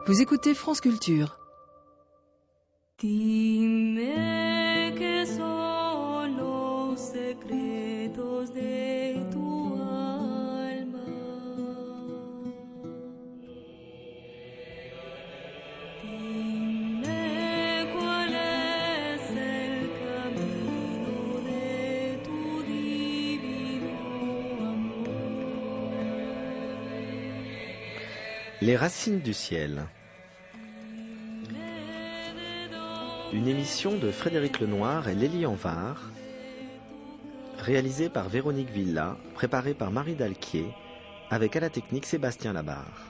Vous écoutez France Culture. Dime que son los secretos de tu alma. Dime cuál es el camino de tu divino amor. Les racines du ciel. Une émission de Frédéric Lenoir et Lélie Anvar, réalisée par Véronique Villa, préparée par Marie Dalquier, avec à la technique Sébastien Labarre.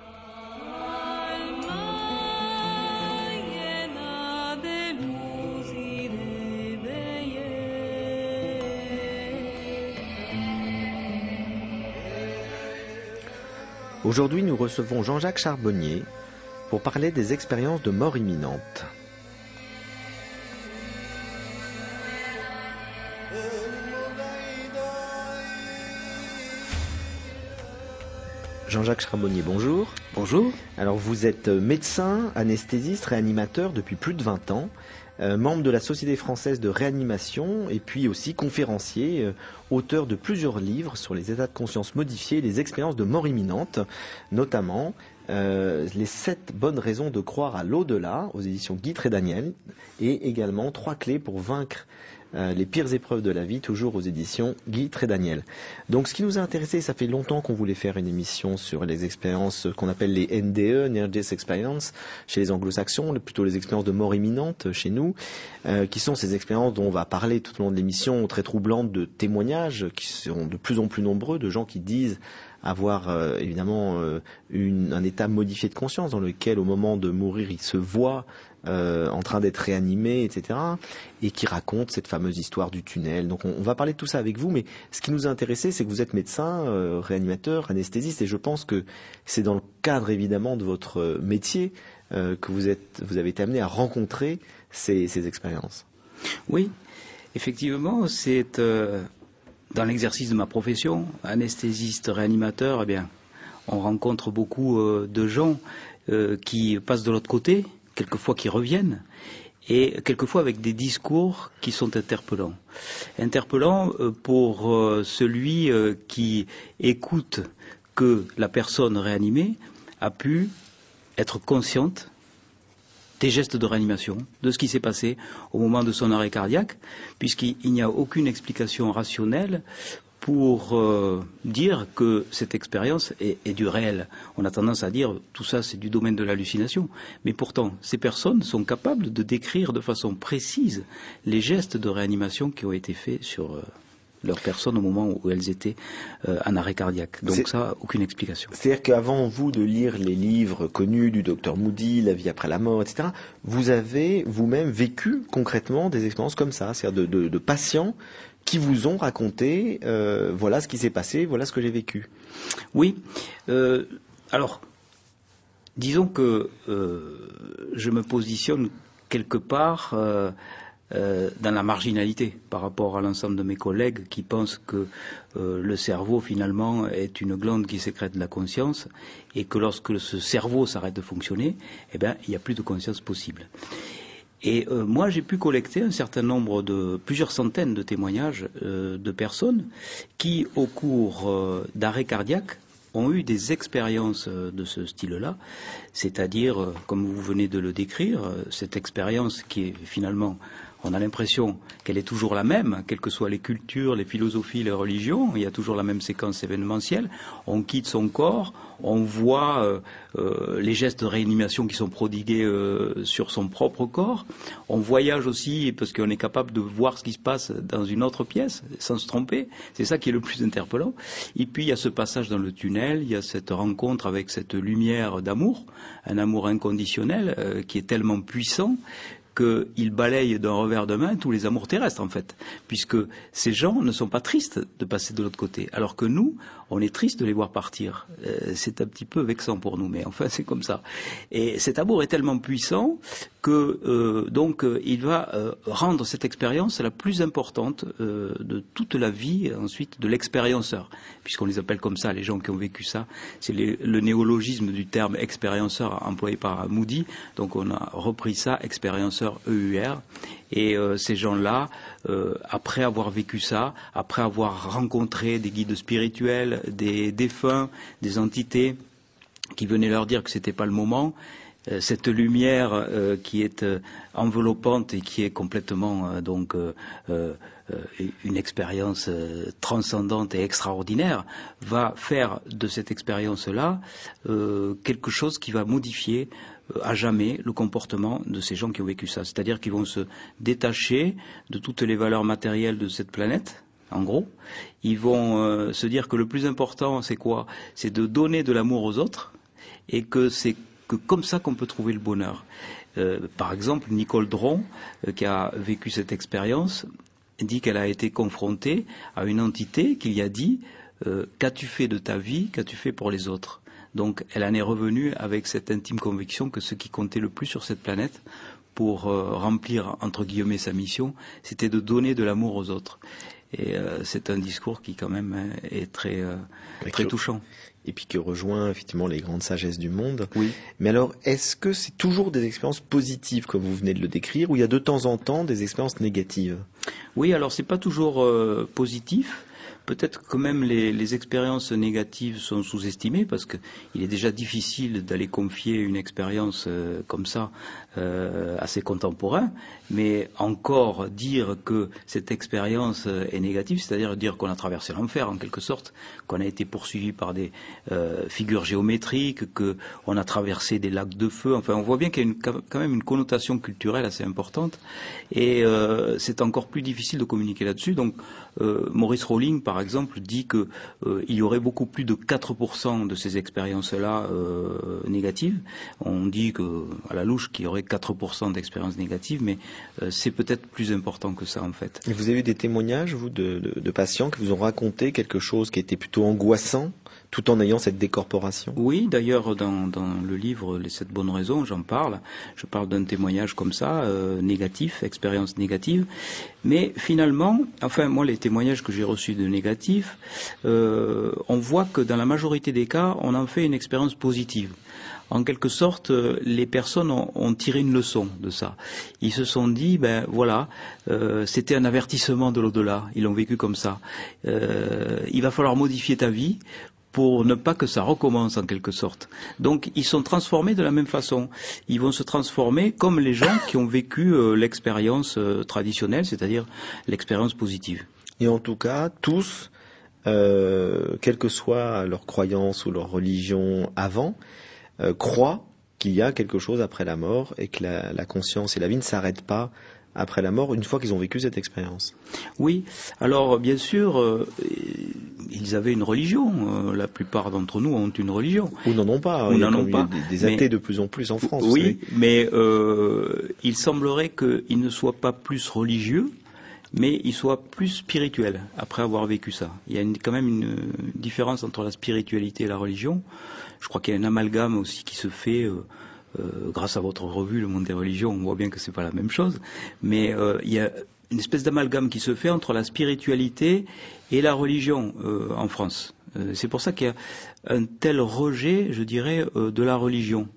Aujourd'hui, nous recevons Jean-Jacques Charbonnier pour parler des expériences de mort imminente. Jean-Jacques Charbonnier, bonjour. Bonjour. Alors vous êtes médecin, anesthésiste, réanimateur depuis plus de 20 ans, membre de la Société française de réanimation et puis aussi conférencier, auteur de plusieurs livres sur les états de conscience modifiés et les expériences de mort imminente, notamment les 7 bonnes raisons de croire à l'au-delà aux éditions Guy Trédaniel et également 3 clés pour vaincre les pires épreuves de la vie, toujours aux éditions Guy Trédaniel. Donc ce qui nous a intéressé, ça fait longtemps qu'on voulait faire une émission sur les expériences qu'on appelle les NDE, Near Death Experience, chez les anglo-saxons, plutôt les expériences de mort imminente chez nous, qui sont ces expériences dont on va parler tout au long de l'émission, très troublantes, de témoignages qui sont de plus en plus nombreux, de gens qui disent avoir évidemment un état modifié de conscience dans lequel au moment de mourir ils se voient en train d'être réanimés, etc. et qui racontent cette fameuse histoire du tunnel. Donc on va parler de tout ça avec vous, mais ce qui nous a intéressé, c'est que vous êtes médecin, réanimateur, anesthésiste, et je pense que c'est dans le cadre évidemment de votre métier que vous avez été amené à rencontrer ces expériences. Oui, effectivement, c'est dans l'exercice de ma profession, anesthésiste, réanimateur, eh bien, on rencontre beaucoup de gens qui passent de l'autre côté, quelquefois qui reviennent, et quelquefois avec des discours qui sont interpellants. Interpellants pour celui qui écoute que la personne réanimée a pu être consciente des gestes de réanimation, de ce qui s'est passé au moment de son arrêt cardiaque, puisqu'il n'y a aucune explication rationnelle pour dire que cette expérience est du réel. On a tendance à dire tout ça c'est du domaine de l'hallucination, mais pourtant ces personnes sont capables de décrire de façon précise les gestes de réanimation qui ont été faits sur leur personne au moment où elles étaient en arrêt cardiaque. Donc ça, aucune explication. C'est-à-dire qu'avant vous de lire les livres connus du docteur Moody, La vie après la mort, etc., vous avez vous-même vécu concrètement des expériences comme ça, c'est-à-dire de patients qui vous ont raconté voilà ce qui s'est passé, voilà ce que j'ai vécu. Oui. Alors, disons que je me positionne quelque part dans la marginalité par rapport à l'ensemble de mes collègues qui pensent que le cerveau finalement est une glande qui sécrète de la conscience et que lorsque ce cerveau s'arrête de fonctionner, eh bien, il n'y a plus de conscience possible. Et moi, j'ai pu collecter un certain nombre plusieurs centaines de témoignages de personnes qui, au cours d'arrêts cardiaques, ont eu des expériences de ce style-là, c'est-à-dire, comme vous venez de le décrire, cette expérience qui est finalement, on a l'impression qu'elle est toujours la même, quelles que soient les cultures, les philosophies, les religions, il y a toujours la même séquence événementielle, on quitte son corps, on voit les gestes de réanimation qui sont prodigués sur son propre corps, on voyage aussi parce qu'on est capable de voir ce qui se passe dans une autre pièce, sans se tromper, c'est ça qui est le plus interpellant. Et puis il y a ce passage dans le tunnel, il y a cette rencontre avec cette lumière d'amour, un amour inconditionnel qui est tellement puissant qu'il balaye d'un revers de main tous les amours terrestres, en fait, puisque ces gens ne sont pas tristes de passer de l'autre côté, alors que nous, on est triste de les voir partir. C'est un petit peu vexant pour nous, mais enfin, c'est comme ça. Et cet amour est tellement puissant il va rendre cette expérience la plus importante de toute la vie ensuite de l'expérienceur, puisqu'on les appelle comme ça, les gens qui ont vécu ça. C'est le néologisme du terme expérienceur employé par Moody, donc on a repris ça, expérienceur EUR, et ces gens-là, après avoir vécu ça, après avoir rencontré des guides spirituels, des défunts, des entités qui venaient leur dire que c'était pas le moment, cette lumière qui est enveloppante et qui est complètement une expérience transcendante et extraordinaire, va faire de cette expérience-là quelque chose qui va modifier à jamais le comportement de ces gens qui ont vécu ça. C'est-à-dire qu'ils vont se détacher de toutes les valeurs matérielles de cette planète. En gros, ils vont se dire que le plus important, c'est quoi? C'est de donner de l'amour aux autres, et que c'est que comme ça qu'on peut trouver le bonheur. Par exemple, Nicole Dron, qui a vécu cette expérience, dit qu'elle a été confrontée à une entité qui lui a dit qu'as-tu fait de ta vie, qu'as-tu fait pour les autres? Donc elle en est revenue avec cette intime conviction que ce qui comptait le plus sur cette planète pour remplir entre guillemets sa mission, c'était de donner de l'amour aux autres. Et c'est un discours qui quand même est très touchant. Et puis qui rejoint effectivement les grandes sagesses du monde. Oui. Mais alors, est-ce que c'est toujours des expériences positives, comme vous venez de le décrire, ou il y a de temps en temps des expériences négatives? Oui, alors c'est pas toujours positif. Peut-être que même les expériences négatives sont sous-estimées, parce qu'il est déjà difficile d'aller confier une expérience comme ça à ses contemporains, mais encore dire que cette expérience est négative, c'est-à-dire dire qu'on a traversé l'enfer en quelque sorte, qu'on a été poursuivi par des figures géométriques, qu'on a traversé des lacs de feu, enfin on voit bien qu'il y a quand même une connotation culturelle assez importante, et c'est encore plus difficile de communiquer là-dessus. Donc Maurice Rowling, par exemple, dit que il y aurait beaucoup plus de 4% de ces expériences-là négatives. On dit que, à la louche, qu'il y aurait 4% d'expériences négatives, mais c'est peut-être plus important que ça, en fait. Et vous avez eu des témoignages, vous, de patients qui vous ont raconté quelque chose qui était plutôt angoissant, tout en ayant cette décorporation? Oui, d'ailleurs, dans le livre Les 7 bonnes raisons, j'en parle. Je parle d'un témoignage comme ça, négatif, expérience négative. Mais finalement, enfin, moi, les témoignages que j'ai reçus de négatifs, on voit que dans la majorité des cas, on en fait une expérience positive. En quelque sorte, les personnes ont tiré une leçon de ça. Ils se sont dit, ben voilà, c'était un avertissement de l'au-delà. Ils l'ont vécu comme ça. Il va falloir modifier ta vie pour ne pas que ça recommence en quelque sorte. Donc ils sont transformés de la même façon. Ils vont se transformer comme les gens qui ont vécu l'expérience traditionnelle, c'est-à-dire l'expérience positive. Et en tout cas, tous, quelle que soit leur croyance ou leur religion avant, croient qu'il y a quelque chose après la mort et que la conscience et la vie ne s'arrêtent pas après la mort, une fois qu'ils ont vécu cette expérience. Oui, alors bien sûr, ils avaient une religion. La plupart d'entre nous ont une religion. Ou n'en ont pas. Ou n'en ont pas. Des athées de plus en plus en France. Oui, mais il semblerait qu'ils ne soient pas plus religieux, mais ils soient plus spirituels après avoir vécu ça. Il y a quand même une différence entre la spiritualité et la religion. Je crois qu'il y a un amalgame aussi qui se fait... grâce à votre revue, Le Monde des religions, on voit bien que c'est pas la même chose, mais il y a une espèce d'amalgame qui se fait entre la spiritualité et la religion en France. C'est pour ça qu'il y a un tel rejet, je dirais, de la religion.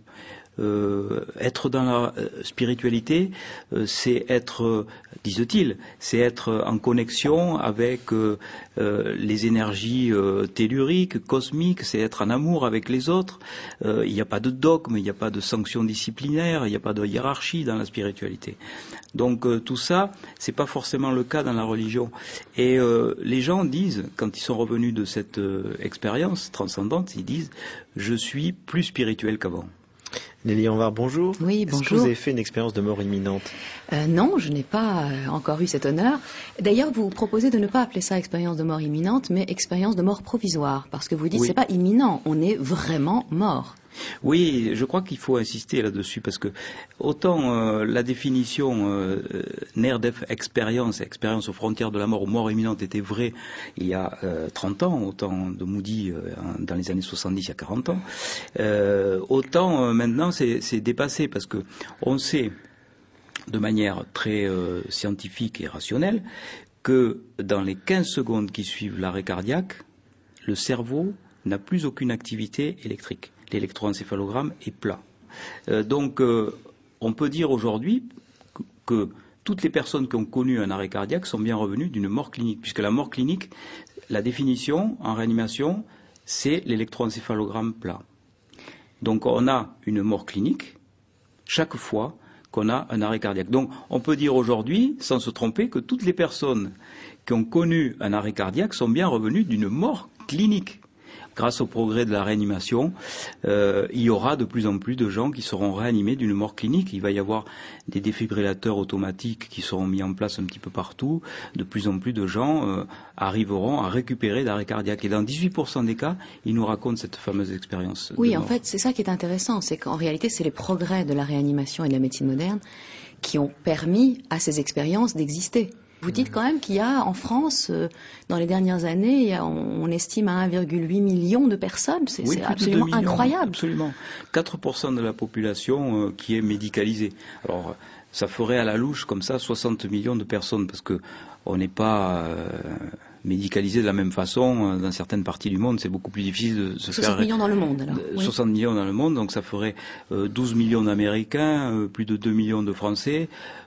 Être dans la spiritualité, c'est être, disent-ils, c'est être en connexion avec les énergies telluriques, cosmiques, c'est être en amour avec les autres. Il n'y a pas de dogme, il n'y a pas de sanctions disciplinaires, il n'y a pas de hiérarchie dans la spiritualité. Donc tout ça, c'est pas forcément le cas dans la religion. Et les gens disent, quand ils sont revenus de cette expérience transcendante, ils disent « je suis plus spirituel qu'avant ». Nelly Anvar, bonjour. Oui, bonjour. Est-ce que vous avez fait une expérience de mort imminente? Non, je n'ai pas encore eu cet honneur. D'ailleurs, vous proposez de ne pas appeler ça expérience de mort imminente, mais expérience de mort provisoire, parce que vous dites c'est pas imminent, on est vraiment mort. Oui, je crois qu'il faut insister là-dessus, parce que autant la définition near-death expérience aux frontières de la mort ou mort imminente était vraie il y a 30 ans, au temps de Moody dans les années 70, il y a 40 ans, autant maintenant c'est dépassé, parce que on sait de manière très scientifique et rationnelle que dans les 15 secondes qui suivent l'arrêt cardiaque, le cerveau n'a plus aucune activité électrique. L'électroencéphalogramme est plat. Donc, on peut dire aujourd'hui que toutes les personnes qui ont connu un arrêt cardiaque sont bien revenues d'une mort clinique, puisque la mort clinique, la définition en réanimation, c'est l'électroencéphalogramme plat. Donc, on a une mort clinique chaque fois qu'on a un arrêt cardiaque. Donc, on peut dire aujourd'hui, sans se tromper, que toutes les personnes qui ont connu un arrêt cardiaque sont bien revenues d'une mort clinique. Grâce au progrès de la réanimation, il y aura de plus en plus de gens qui seront réanimés d'une mort clinique. Il va y avoir des défibrillateurs automatiques qui seront mis en place un petit peu partout. De plus en plus de gens arriveront à récupérer d'arrêt cardiaque. Et dans 18% des cas, ils nous racontent cette fameuse expérience. Oui, en fait, c'est ça qui est intéressant. C'est qu'en réalité, c'est les progrès de la réanimation et de la médecine moderne qui ont permis à ces expériences d'exister. Vous dites quand même qu'il y a en France, dans les dernières années, on estime à 1,8 million de personnes. C'est absolument incroyable. Absolument. 4% de la population qui est médicalisée. Alors, ça ferait à la louche comme ça 60 millions de personnes parce que on n'est pas médicalisé de la même façon dans certaines parties du monde. C'est beaucoup plus difficile de se 60 millions dans le monde, alors. 60 millions dans le monde, donc ça ferait 12 millions d'Américains, plus de 2 millions de Français.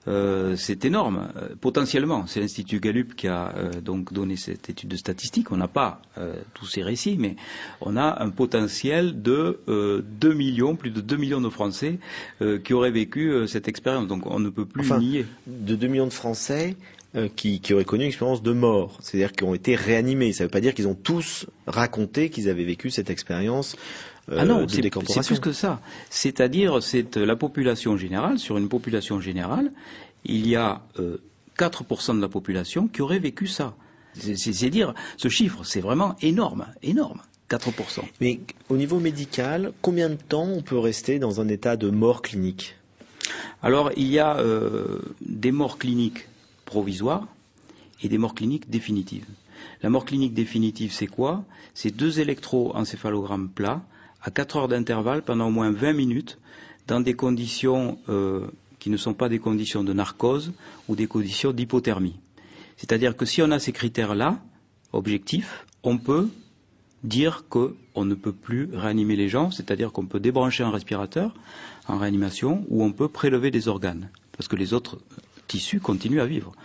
C'est énorme, potentiellement. C'est l'Institut Gallup qui a donc donné cette étude de statistique. On n'a pas tous ces récits, mais on a un potentiel de 2 millions, plus de 2 millions de Français qui auraient vécu cette expérience. Donc on ne peut plus nier. De 2 millions de Français qui auraient connu une expérience de mort, c'est-à-dire qui ont été réanimés. Ça ne veut pas dire qu'ils ont tous raconté qu'ils avaient vécu cette expérience de décorporation. C'est plus que ça. C'est-à-dire, c'est la population générale. Sur une population générale, il y a 4% de la population qui aurait vécu ça. C'est dire, ce chiffre, c'est vraiment énorme, énorme. 4%. Mais au niveau médical, combien de temps on peut rester dans un état de mort clinique ? Alors, il y a des morts cliniques provisoires et des morts cliniques définitives. La mort clinique définitive, c'est quoi ? C'est 2 électroencéphalogrammes plats à 4 heures d'intervalle pendant au moins 20 minutes dans des conditions qui ne sont pas des conditions de narcose ou des conditions d'hypothermie. C'est-à-dire que si on a ces critères-là, objectifs, on peut dire qu'on ne peut plus réanimer les gens, c'est-à-dire qu'on peut débrancher un respirateur en réanimation ou on peut prélever des organes, parce que les autres tissus continuent à vivre.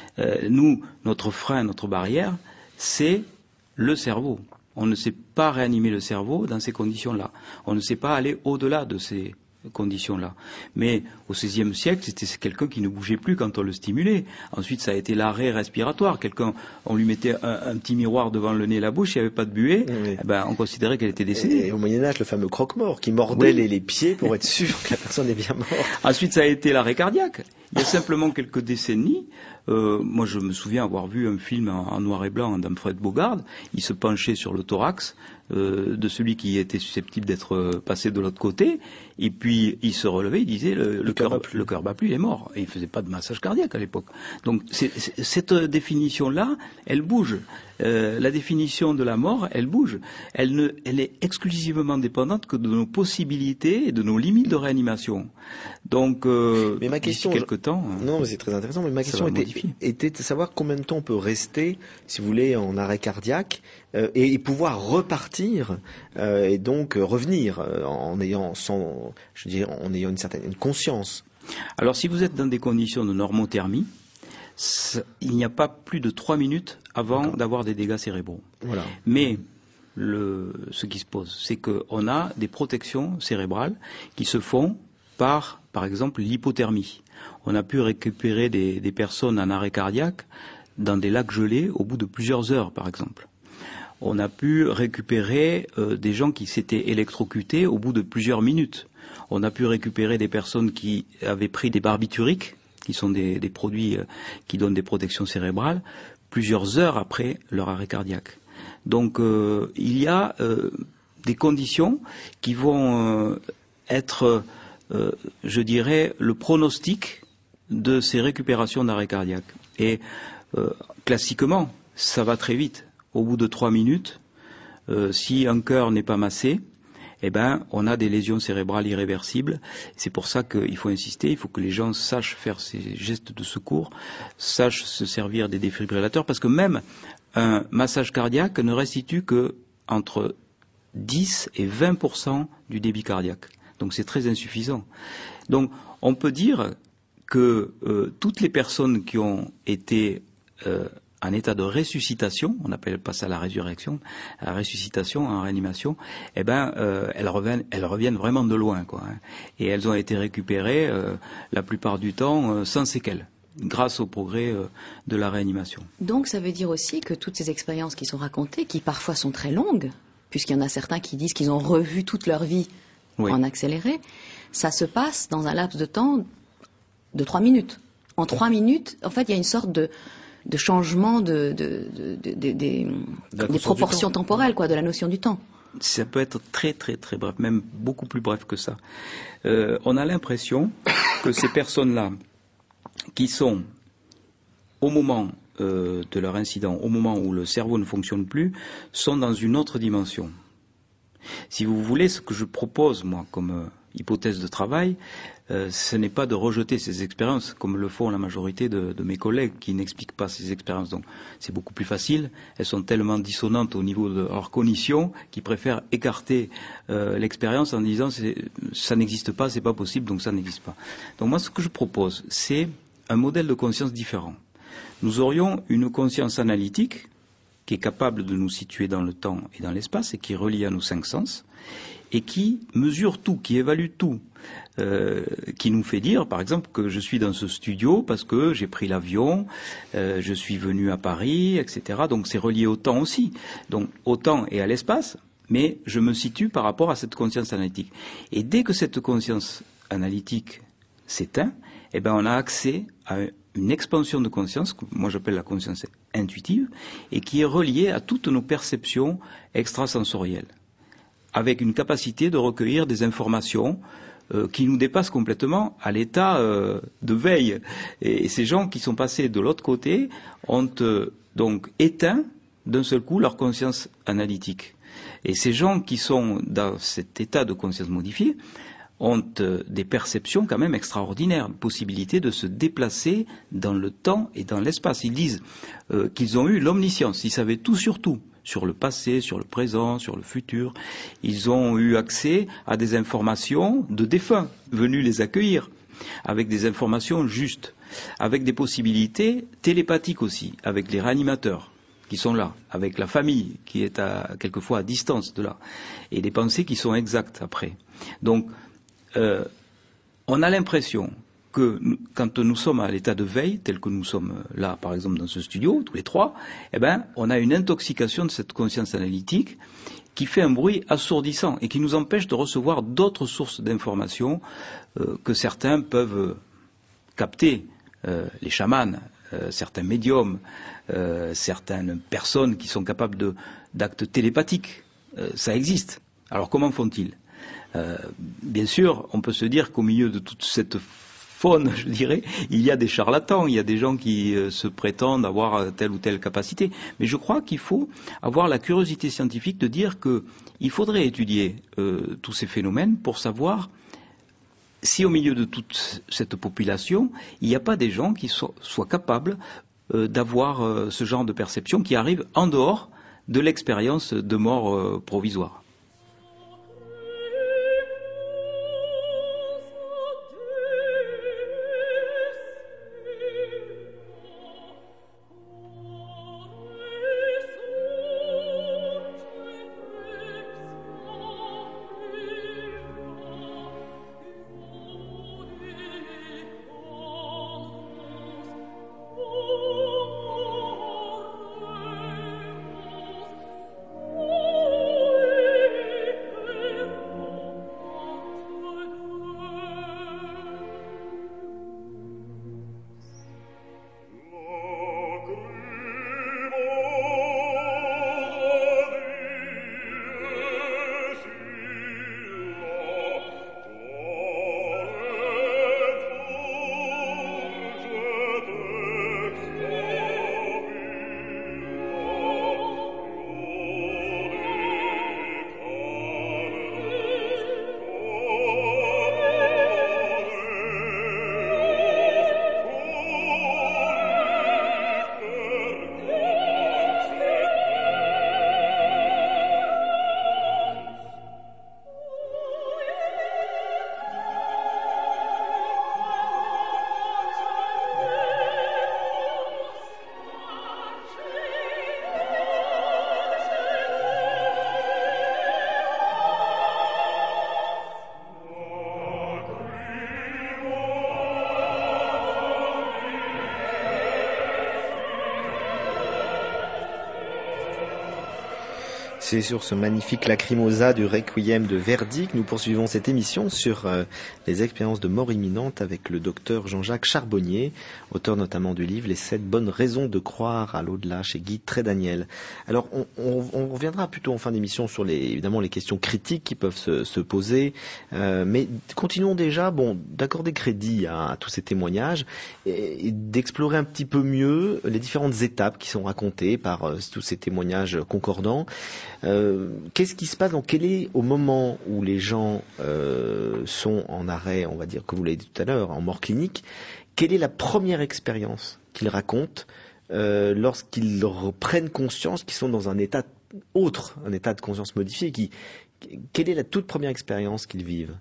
Nous, notre frein, notre barrière, c'est le cerveau. On ne sait pas réanimer le cerveau dans ces conditions-là. On ne sait pas aller au-delà de ces conditions-là. Mais au XVIe siècle, c'était quelqu'un qui ne bougeait plus quand on le stimulait. Ensuite, ça a été l'arrêt respiratoire. On lui mettait un petit miroir devant le nez et la bouche, il n'y avait pas de buée, oui. On considérait qu'elle était décédée. Et au Moyen-Âge, le fameux croque-mort qui mordait les pieds pour être sûr que la personne est bien morte. Ensuite, ça a été l'arrêt cardiaque. Il y a simplement quelques décennies, moi je me souviens avoir vu un film en noir et blanc d'Humphrey Bogart. Il se penchait sur le thorax de celui qui était susceptible d'être passé de l'autre côté, et puis il se relevait, il disait le cœur bat plus, il est mort. Et il faisait pas de massage cardiaque à l'époque. Donc cette définition-là, elle bouge. La définition de la mort, elle bouge. Elle est exclusivement dépendante que de nos possibilités et de nos limites de réanimation. Donc, mais ma question, d'ici quelque temps, non, mais c'est très intéressant. Mais ma question était de savoir combien de temps on peut rester, si vous voulez, en arrêt cardiaque et pouvoir repartir et donc revenir en ayant une certaine conscience. Alors, si vous êtes dans des conditions de normothermie, il n'y a pas plus de 3 minutes avant d'avoir des dégâts cérébraux. Voilà. Mais ce qui se pose, c'est qu'on a des protections cérébrales qui se font par exemple, l'hypothermie. On a pu récupérer des personnes en arrêt cardiaque dans des lacs gelés au bout de plusieurs heures, par exemple. On a pu récupérer des gens qui s'étaient électrocutés au bout de plusieurs minutes. On a pu récupérer des personnes qui avaient pris des barbituriques, qui sont des produits qui donnent des protections cérébrales, plusieurs heures après leur arrêt cardiaque. Donc il y a des conditions qui vont être, je dirais, le pronostic de ces récupérations d'arrêt cardiaque. Et classiquement, ça va très vite. Au bout de 3 minutes, si un cœur n'est pas massé, eh ben, on a des lésions cérébrales irréversibles. C'est pour ça qu'il faut insister, il faut que les gens sachent faire ces gestes de secours, sachent se servir des défibrillateurs, parce que même un massage cardiaque ne restitue que entre 10 et 20% du débit cardiaque. Donc c'est très insuffisant. Donc on peut dire que toutes les personnes qui ont été en état de ressuscitation, on appelle pas ça la résurrection, la ressuscitation en réanimation, eh ben elles reviennent vraiment de loin, quoi. Hein. Et elles ont été récupérées la plupart du temps sans séquelles, grâce au progrès de la réanimation. Donc ça veut dire aussi que toutes ces expériences qui sont racontées, qui parfois sont très longues, puisqu'il y en a certains qui disent qu'ils ont revu toute leur vie en accéléré, ça se passe dans un laps de temps de 3 minutes. En 3 minutes, en fait, il y a une sorte de changement des proportions temporelles, quoi, de la notion du temps. Ça peut être très très très bref, même beaucoup plus bref que ça. On a l'impression que ces personnes-là, qui sont au moment de leur incident, au moment où le cerveau ne fonctionne plus, sont dans une autre dimension. Si vous voulez, ce que je propose, moi, comme hypothèse de travail, ce n'est pas de rejeter ces expériences, comme le font la majorité de mes collègues qui n'expliquent pas ces expériences. Donc, c'est beaucoup plus facile. Elles sont tellement dissonantes au niveau de leur cognition qu'ils préfèrent écarter l'expérience en disant ça n'existe pas, c'est pas possible, donc ça n'existe pas. Donc moi, ce que je propose, c'est un modèle de conscience différent. Nous aurions une conscience analytique qui est capable de nous situer dans le temps et dans l'espace et qui est reliée à nos 5 sens et qui mesure tout, qui évalue tout, qui nous fait dire, par exemple, que je suis dans ce studio parce que j'ai pris l'avion, je suis venu à Paris, etc. Donc c'est relié au temps aussi, donc au temps et à l'espace, mais je me situe par rapport à cette conscience analytique. Et dès que cette conscience analytique s'éteint, eh ben on a accès à une expansion de conscience, que moi j'appelle la conscience intuitive, et qui est reliée à toutes nos perceptions extrasensorielles, avec une capacité de recueillir des informations qui nous dépassent complètement à l'état de veille. Et ces gens qui sont passés de l'autre côté ont donc éteint d'un seul coup leur conscience analytique. Et ces gens qui sont dans cet état de conscience modifiée ont des perceptions quand même extraordinaires, possibilité de se déplacer dans le temps et dans l'espace. Ils disent qu'ils ont eu l'omniscience, ils savaient tout sur tout, sur le passé, sur le présent, sur le futur. Ils ont eu accès à des informations de défunts venus les accueillir, avec des informations justes, avec des possibilités télépathiques aussi, avec les réanimateurs qui sont là, avec la famille qui est quelquefois à distance de là, et des pensées qui sont exactes après. Donc, on a l'impression que quand nous sommes à l'état de veille, tel que nous sommes là, par exemple, dans ce studio, tous les trois, eh ben, on a une intoxication de cette conscience analytique qui fait un bruit assourdissant et qui nous empêche de recevoir d'autres sources d'informations que certains peuvent capter, les chamans, certains médiums, certaines personnes qui sont capables d'actes télépathiques. Ça existe. Alors comment font-ils ? Bien sûr, on peut se dire qu'au milieu de toute cette faune, je dirais, il y a des charlatans, il y a des gens qui se prétendent avoir telle ou telle capacité. Mais je crois qu'il faut avoir la curiosité scientifique de dire qu'il faudrait étudier tous ces phénomènes pour savoir si au milieu de toute cette population, il n'y a pas des gens qui soient capables d'avoir ce genre de perception qui arrive en dehors de l'expérience de mort provisoire. Oh C'est sur ce magnifique lacrymosa du Requiem de Verdi que nous poursuivons cette émission sur les expériences de mort imminente avec le docteur Jean-Jacques Charbonnier, auteur notamment du livre Les 7 bonnes raisons de croire à l'au-delà chez Guy Trédaniel. Alors on reviendra plutôt en fin d'émission sur évidemment les questions critiques qui peuvent se poser, mais continuons déjà d'accorder crédit à tous ces témoignages et d'explorer un petit peu mieux les différentes étapes qui sont racontées par tous ces témoignages concordants. Qu'est-ce qui se passe, quel est au moment où les gens sont en arrêt, on va dire, comme vous l'avez dit tout à l'heure, en mort clinique, quelle est la première expérience qu'ils racontent lorsqu'ils prennent conscience qu'ils sont dans un état autre, un état de conscience modifié, quelle est la toute première expérience qu'ils vivent?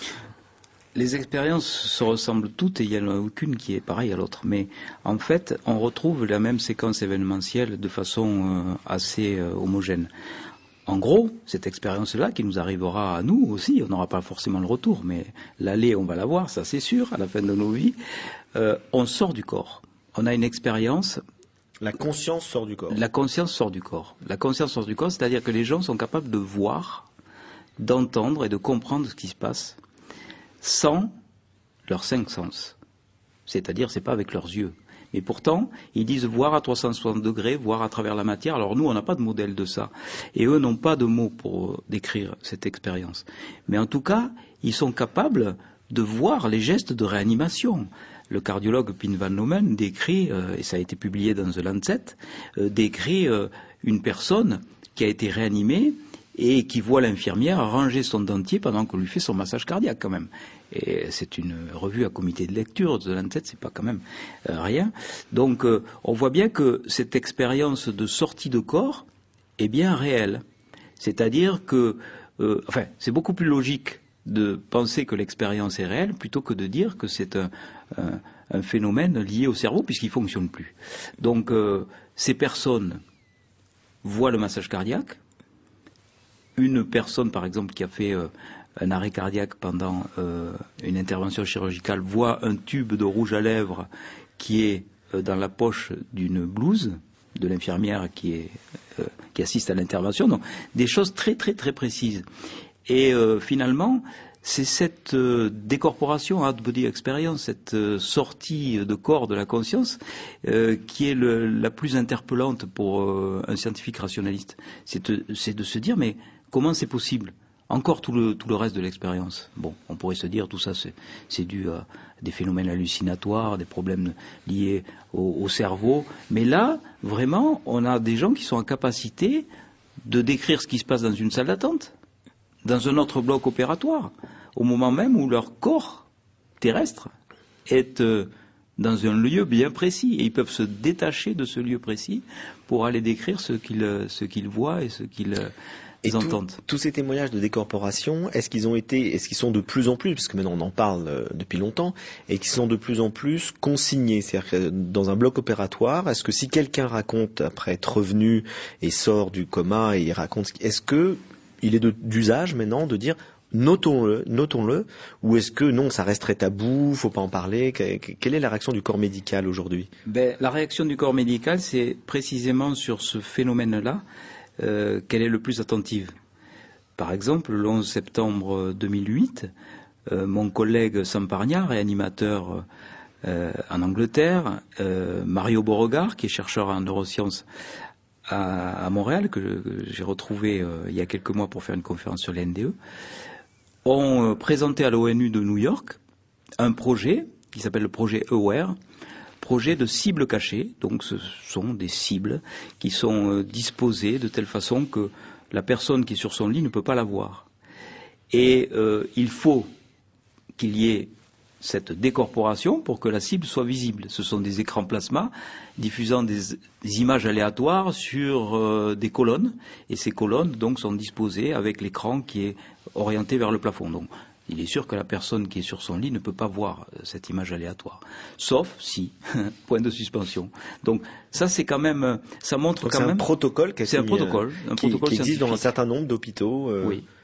Les expériences se ressemblent toutes et il n'y en a aucune qui est pareille à l'autre. Mais en fait, on retrouve la même séquence événementielle de façon assez homogène. En gros, cette expérience-là qui nous arrivera à nous aussi, on n'aura pas forcément le retour, mais l'aller, on va l'avoir, ça c'est sûr, à la fin de nos vies. On sort du corps. On a une expérience. La conscience sort du corps. La conscience sort du corps. La conscience sort du corps, c'est-à-dire que les gens sont capables de voir, d'entendre et de comprendre ce qui se passe sans leurs 5 sens. C'est-à-dire, c'est pas avec leurs yeux. Mais pourtant, ils disent voir à 360 degrés, voir à travers la matière. Alors nous, on n'a pas de modèle de ça. Et eux n'ont pas de mots pour décrire cette expérience. Mais en tout cas, ils sont capables de voir les gestes de réanimation. Le cardiologue Pien van Lomen décrit, et ça a été publié dans The Lancet, décrit une personne qui a été réanimée et qui voit l'infirmière ranger son dentier pendant qu'on lui fait son massage cardiaque quand même. Et c'est une revue à comité de lecture, The Lancet, c'est pas quand même rien. Donc on voit bien que cette expérience de sortie de corps est bien réelle. C'est-à-dire que, c'est beaucoup plus logique de penser que l'expérience est réelle plutôt que de dire que c'est un phénomène lié au cerveau puisqu'il ne fonctionne plus. Donc ces personnes voient le massage cardiaque. Une personne, par exemple, qui a fait un arrêt cardiaque pendant une intervention chirurgicale voit un tube de rouge à lèvres qui est dans la poche d'une blouse de l'infirmière qui assiste à l'intervention. Donc, des choses très, très, très précises. Et finalement, c'est cette décorporation, out-body experience, cette sortie de corps de la conscience qui est la plus interpellante pour un scientifique rationaliste. C'est de se dire, mais comment c'est possible? Encore tout le reste de l'expérience. Bon, on pourrait se dire tout ça c'est dû à des phénomènes hallucinatoires, des problèmes liés au cerveau. Mais là, vraiment, on a des gens qui sont en capacité de décrire ce qui se passe dans une salle d'attente, dans un autre bloc opératoire, au moment même où leur corps terrestre est dans un lieu bien précis. Et ils peuvent se détacher de ce lieu précis pour aller décrire ce qu'ils voient et ce qu'ils entendent. Tous ces témoignages de décorporation, est-ce qu'ils sont de plus en plus, parce que maintenant on en parle depuis longtemps, et qu'ils sont de plus en plus consignés, c'est-à-dire que dans un bloc opératoire, est-ce que si quelqu'un raconte après être revenu et sort du coma et il raconte, est-ce que il est d'usage maintenant de dire notons-le, ou est-ce que non, ça resterait tabou, faut pas en parler? Quelle est la réaction du corps médical aujourd'hui? La réaction du corps médical, c'est précisément sur ce phénomène-là qu'elle est le plus attentive. Par exemple, le 11 septembre 2008, mon collègue Samparnia, réanimateur en Angleterre, Mario Beauregard, qui est chercheur en neurosciences à Montréal, que j'ai retrouvé il y a quelques mois pour faire une conférence sur les NDE, ont présenté à l'ONU de New York un projet qui s'appelle le projet AWARE, projet de cibles cachées. Donc ce sont des cibles qui sont disposées de telle façon que la personne qui est sur son lit ne peut pas la voir. Et il faut qu'il y ait cette décorporation pour que la cible soit visible. Ce sont des écrans plasma diffusant des images aléatoires sur des colonnes, et ces colonnes donc sont disposées avec l'écran qui est orienté vers le plafond. Donc il est sûr que la personne qui est sur son lit ne peut pas voir cette image aléatoire, sauf si point de suspension. Donc ça c'est quand même, ça montre donc quand même. C'est un protocole qui existe dans un certain nombre d'hôpitaux. Oui.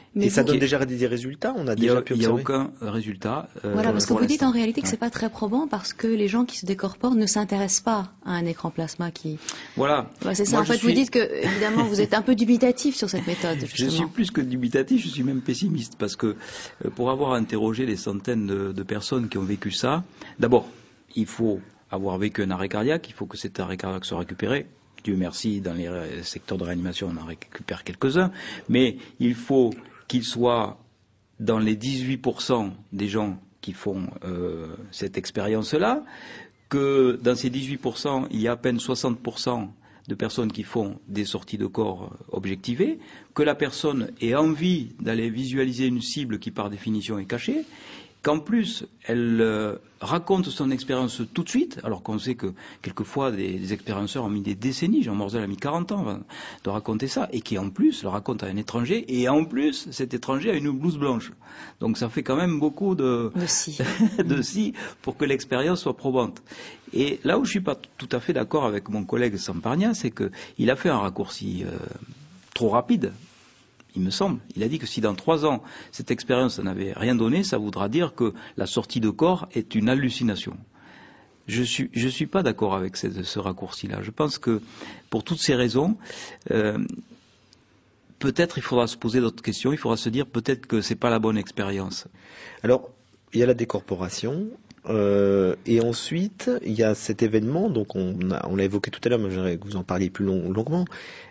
Mais Et ça vous- donne déjà des résultats, on a Il n'y déjà a, pu il y a observer. aucun résultat. Voilà, parce que pour vous dites en l'instant. réalité que Ouais. c'est pas très probant parce que les gens qui se décorporent ne s'intéressent pas à un écran plasma qui. Voilà. Ouais, c'est ça. Moi, En je fait, vous suis- dites que évidemment vous êtes un peu dubitatif sur cette méthode, Je justement. suis plus que dubitatif, je suis même pessimiste, parce que pour avoir interrogé des centaines de personnes qui ont vécu ça, d'abord, il faut avoir vécu un arrêt cardiaque, il faut que cet arrêt cardiaque soit récupéré. Dieu merci, dans les secteurs de réanimation, on en récupère quelques-uns, mais il faut qu'il soit dans les 18% des gens qui font cette expérience-là, que dans ces 18%, il y a à peine 60% de personnes qui font des sorties de corps objectivées, que la personne ait envie d'aller visualiser une cible qui par définition est cachée, qu'en plus elle raconte son expérience tout de suite, alors qu'on sait que quelquefois des expérienceurs ont mis des décennies, Jean Morzel a mis 40 ans avant de raconter ça, et qui en plus le raconte à un étranger, et en plus cet étranger a une blouse blanche. Donc ça fait quand même beaucoup de si. de si pour que l'expérience soit probante. Et là où je suis pas tout à fait d'accord avec mon collègue Samparnia, c'est que il a fait un raccourci trop rapide. Il me semble. Il a dit que si dans 3 ans, cette expérience n'avait rien donné, ça voudra dire que la sortie de corps est une hallucination. Je suis pas d'accord avec ce raccourci-là. Je pense que, pour toutes ces raisons, peut-être il faudra se poser d'autres questions. Il faudra se dire peut-être que c'est pas la bonne expérience. Alors, il y a la décorporation, et ensuite, il y a cet événement, donc on l'a évoqué tout à l'heure, mais j'aimerais que vous en parliez plus longuement,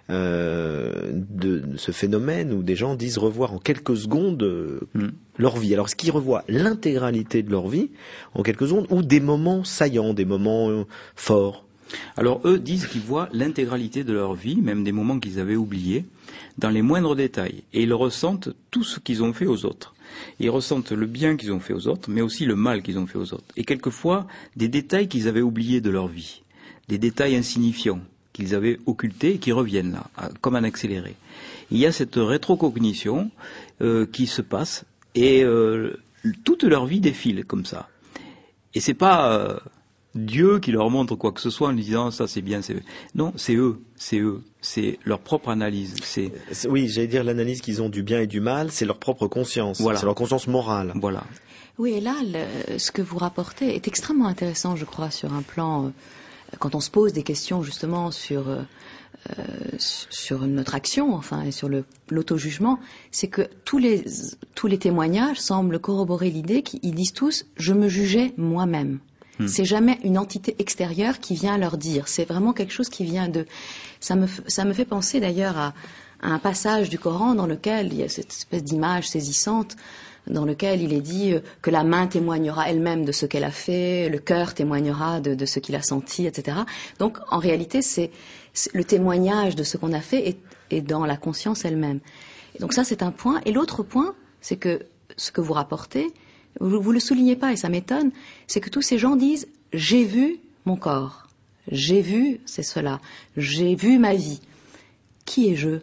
de ce phénomène où des gens disent revoir en quelques secondes leur vie. Alors, est-ce qu'ils revoient l'intégralité de leur vie en quelques secondes ou des moments saillants, des moments forts? Alors eux disent qu'ils voient l'intégralité de leur vie, même des moments qu'ils avaient oubliés, dans les moindres détails. Et ils ressentent tout ce qu'ils ont fait aux autres. Ils ressentent le bien qu'ils ont fait aux autres, mais aussi le mal qu'ils ont fait aux autres. Et quelquefois, des détails qu'ils avaient oubliés de leur vie. Des détails insignifiants qu'ils avaient occultés et qui reviennent là, comme un accéléré. Il y a cette rétrocognition qui se passe et toute leur vie défile comme ça. Et c'est pas Dieu qui leur montre quoi que ce soit en disant ça c'est bien, c'est... Non, c'est eux, c'est leur propre analyse. Oui, j'allais dire l'analyse qu'ils ont du bien et du mal, c'est leur propre conscience, voilà. C'est leur conscience morale. Voilà. Oui, et là, ce que vous rapportez est extrêmement intéressant, je crois, sur un plan, quand on se pose des questions justement sur notre action, enfin, et sur l'auto-jugement, c'est que tous les témoignages semblent corroborer l'idée qu'ils disent tous « je me jugeais moi-même ». C'est jamais une entité extérieure qui vient leur dire. C'est vraiment quelque chose qui vient de... Ça me fait penser d'ailleurs à un passage du Coran dans lequel il y a cette espèce d'image saisissante dans lequel il est dit que la main témoignera elle-même de ce qu'elle a fait, le cœur témoignera de ce qu'il a senti, etc. Donc en réalité, c'est le témoignage de ce qu'on a fait est dans la conscience elle-même. Et donc ça, c'est un point. Et l'autre point, c'est que ce que vous rapportez, vous le soulignez pas et ça m'étonne, c'est que tous ces gens disent « j'ai vu mon corps, j'ai vu c'est cela, j'ai vu ma vie ». Qui est je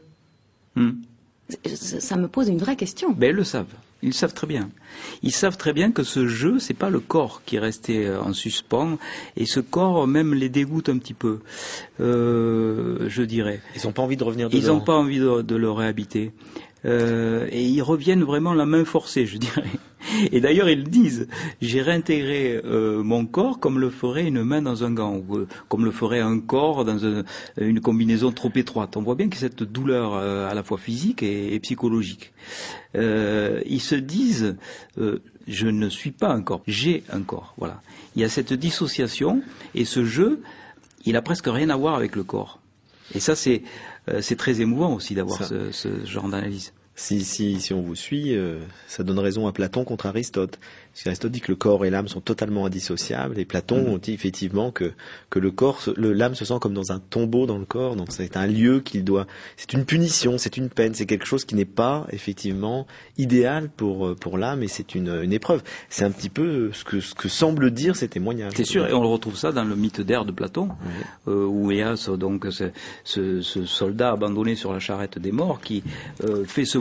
Ça me pose une vraie question. Ben, ils le savent. Ils savent très bien. Ils savent très bien que ce jeu, c'est pas le corps qui est resté en suspens, et ce corps même les dégoûte un petit peu, je dirais. Ils n'ont pas envie de revenir dedans. Ils n'ont pas envie de le réhabiter. Et ils reviennent vraiment la main forcée, je dirais. Et d'ailleurs, ils disent, j'ai réintégré mon corps comme le ferait une main dans un gant, ou comme le ferait un corps dans une combinaison trop étroite. On voit bien qu'il y a cette douleur à la fois physique et psychologique. Ils se disent, je ne suis pas un corps, j'ai un corps. Voilà. Il y a cette dissociation, et ce jeu, il a presque rien à voir avec le corps. Et ça, c'est très émouvant aussi d'avoir ce genre d'analyse. Si on vous suit, ça donne raison à Platon contre Aristote. Parce qu'Aristote dit que le corps et l'âme sont totalement indissociables, et Platon dit effectivement que l'âme se sent comme dans un tombeau dans le corps, donc c'est un lieu c'est une punition, c'est une peine, c'est quelque chose qui n'est pas effectivement idéal pour l'âme, et c'est une épreuve. C'est un petit peu ce que semble dire ces témoignages. C'est sûr, et on le retrouve ça dans le mythe d'Air de Platon, où Éas, donc ce soldat abandonné sur la charrette des morts, qui fait se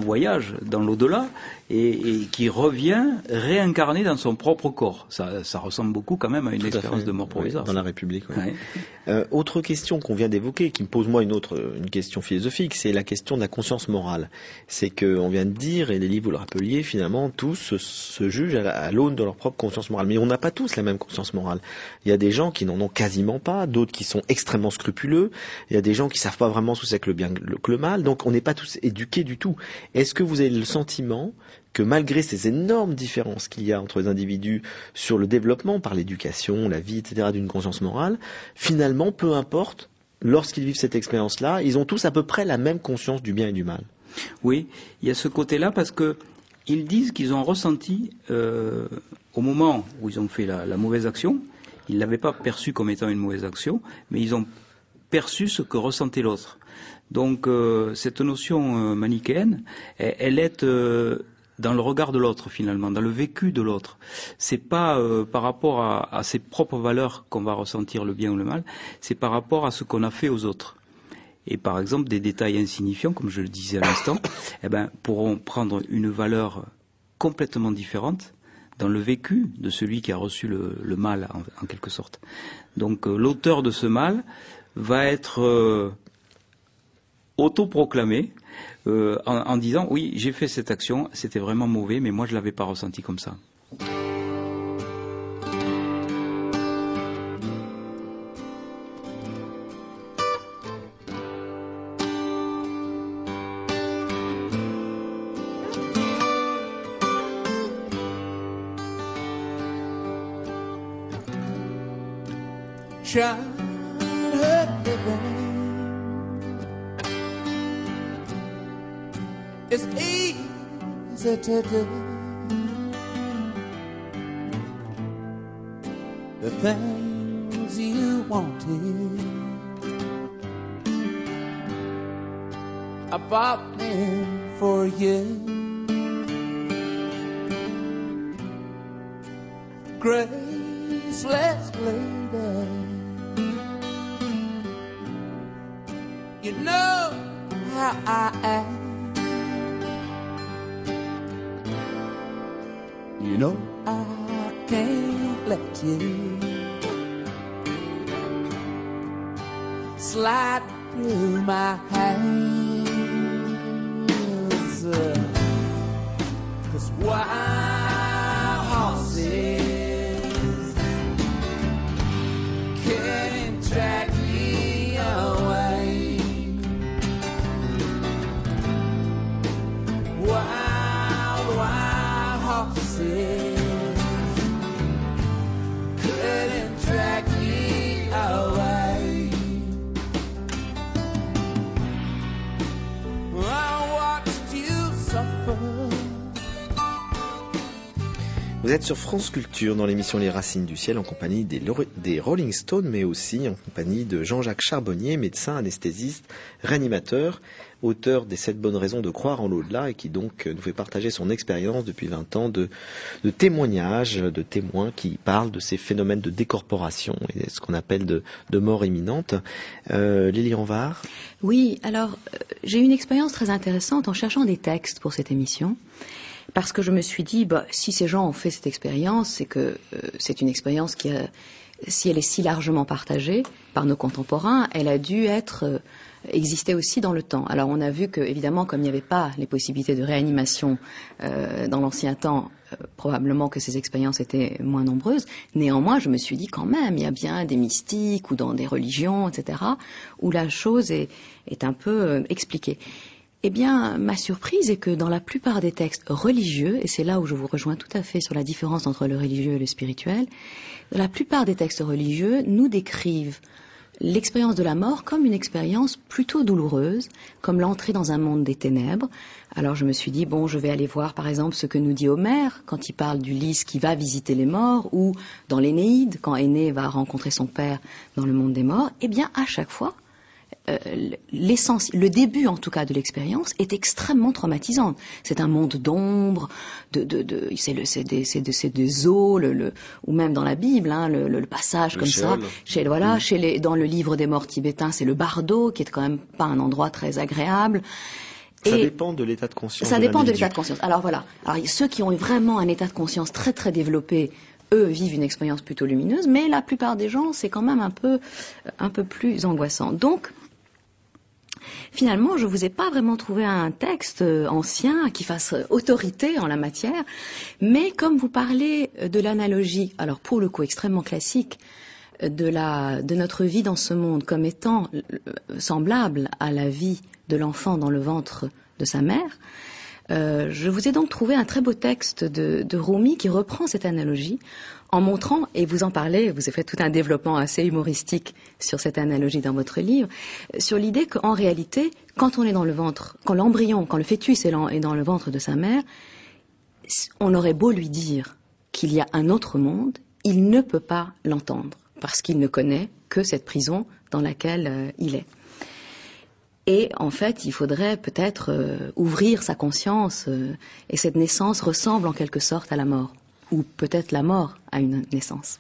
voyage dans l'au-delà et qui revient réincarné dans son propre corps. Ça ressemble beaucoup quand même à une Tout à expérience fait. de mort provisoire. Oui, dans la République. Oui. Ouais. Autre question qu'on vient d'évoquer, qui me pose moi une question philosophique, c'est la question de la conscience morale. C'est qu'on vient de dire, et les livres vous le rappeliez, finalement, tous se jugent à l'aune de leur propre conscience morale. Mais on n'a pas tous la même conscience morale. Il y a des gens qui n'en ont quasiment pas, d'autres qui sont extrêmement scrupuleux, il y a des gens qui savent pas vraiment ce que c'est que le bien que le mal, donc on n'est pas tous éduqués du tout. Est-ce que vous avez le sentiment que malgré ces énormes différences qu'il y a entre les individus sur le développement par l'éducation, la vie, etc., d'une conscience morale, finalement, peu importe, lorsqu'ils vivent cette expérience-là, ils ont tous à peu près la même conscience du bien et du mal? Oui, il y a ce côté-là parce que ils disent qu'ils ont ressenti au moment où ils ont fait la mauvaise action, ils l'avaient pas perçu comme étant une mauvaise action, mais ils ont perçu ce que ressentait l'autre. Donc cette notion manichéenne, elle est dans le regard de l'autre finalement, dans le vécu de l'autre. C'est pas par rapport à ses propres valeurs qu'on va ressentir le bien ou le mal, c'est par rapport à ce qu'on a fait aux autres. Et par exemple, des détails insignifiants, comme je le disais à l'instant, pourront prendre une valeur complètement différente dans le vécu de celui qui a reçu le mal, en quelque sorte. Donc l'auteur de ce mal va être autoproclamé en disant « Oui, j'ai fait cette action, c'était vraiment mauvais, mais moi je l'avais pas ressenti comme ça. » Childhood living is easy to do. The things you wanted, I bought them for you. Graceless lady, you know how I am. You know I can't let you slide through my hands. 'Cause wild horses can't drag me away. Wild horses couldn't drag me away. I watched you suffer. Vous êtes sur France Culture dans l'émission Les Racines du Ciel en compagnie des Rolling Stones, mais aussi en compagnie de Jean-Jacques Charbonnier, médecin, anesthésiste, réanimateur, auteur des 7 bonnes raisons de croire en l'au-delà et qui donc nous fait partager son expérience depuis 20 ans de témoignages, de témoins qui parlent de ces phénomènes de décorporation et ce qu'on appelle de mort imminente. Lily Anvar. Oui, alors j'ai eu une expérience très intéressante en cherchant des textes pour cette émission. Parce que je me suis dit, si ces gens ont fait cette expérience, c'est que c'est une expérience qui si elle est si largement partagée par nos contemporains, elle a dû exister aussi dans le temps. Alors on a vu que, évidemment, comme il n'y avait pas les possibilités de réanimation dans l'ancien temps, probablement que ces expériences étaient moins nombreuses. Néanmoins, je me suis dit quand même, il y a bien des mystiques ou dans des religions, etc., où la chose est un peu expliquée. Eh bien, ma surprise est que dans la plupart des textes religieux, et c'est là où je vous rejoins tout à fait sur la différence entre le religieux et le spirituel, la plupart des textes religieux nous décrivent l'expérience de la mort comme une expérience plutôt douloureuse, comme l'entrée dans un monde des ténèbres. Alors je me suis dit, je vais aller voir par exemple ce que nous dit Homère quand il parle d'Ulysse qui va visiter les morts, ou dans l'Énéide, quand Énée va rencontrer son père dans le monde des morts. Eh bien, à chaque fois, le début en tout cas de l'expérience est extrêmement traumatisant. C'est un monde d'ombre, c'est des eaux, ou même dans la Bible, le passage comme ça. Dans le livre des morts tibétains, c'est le bardo qui est quand même pas un endroit très agréable. Ça Et dépend de l'état de conscience. ça dépend de l'individu. l'état de conscience. Alors voilà. Alors ceux qui ont vraiment un état de conscience très très développé, eux vivent une expérience plutôt lumineuse, mais la plupart des gens, c'est quand même un peu plus angoissant. Donc, finalement, je vous ai pas vraiment trouvé un texte ancien qui fasse autorité en la matière, mais comme vous parlez de l'analogie, alors pour le coup extrêmement classique, de notre vie dans ce monde comme étant semblable à la vie de l'enfant dans le ventre de sa mère, je vous ai donc trouvé un très beau texte de Rumi qui reprend cette analogie en montrant, et vous en parlez, vous avez fait tout un développement assez humoristique sur cette analogie dans votre livre, sur l'idée qu'en réalité, quand on est dans le ventre, quand l'embryon, quand le fœtus est dans le ventre de sa mère, on aurait beau lui dire qu'il y a un autre monde, il ne peut pas l'entendre, parce qu'il ne connaît que cette prison dans laquelle il est. Et en fait, il faudrait peut-être ouvrir sa conscience, et cette naissance ressemble en quelque sorte à la mort, ou peut-être la mort à une naissance.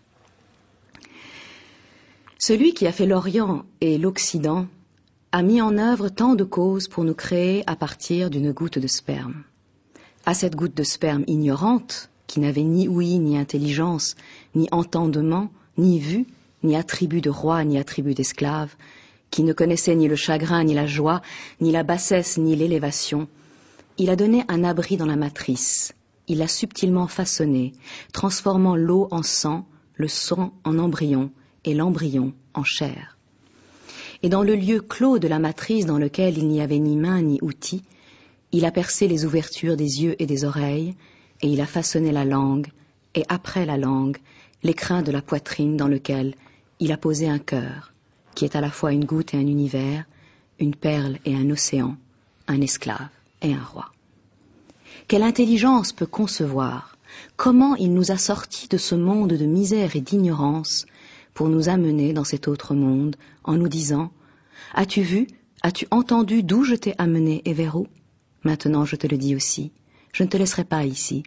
Celui qui a fait l'Orient et l'Occident a mis en œuvre tant de causes pour nous créer à partir d'une goutte de sperme. À cette goutte de sperme ignorante, qui n'avait ni ouïe, ni intelligence, ni entendement, ni vue, ni attribut de roi, ni attribut d'esclave, qui ne connaissait ni le chagrin, ni la joie, ni la bassesse, ni l'élévation, il a donné un abri dans la matrice. Il l'a subtilement façonné, transformant l'eau en sang, le sang en embryon et l'embryon en chair. Et dans le lieu clos de la matrice dans lequel il n'y avait ni main ni outil, il a percé les ouvertures des yeux et des oreilles, et il a façonné la langue, et après la langue, l'écrin de la poitrine dans lequel il a posé un cœur, qui est à la fois une goutte et un univers, une perle et un océan, un esclave et un roi. Quelle intelligence peut concevoir comment il nous a sortis de ce monde de misère et d'ignorance pour nous amener dans cet autre monde en nous disant « As-tu vu, as-tu entendu d'où je t'ai amené et vers où ? Maintenant je te le dis aussi, je ne te laisserai pas ici.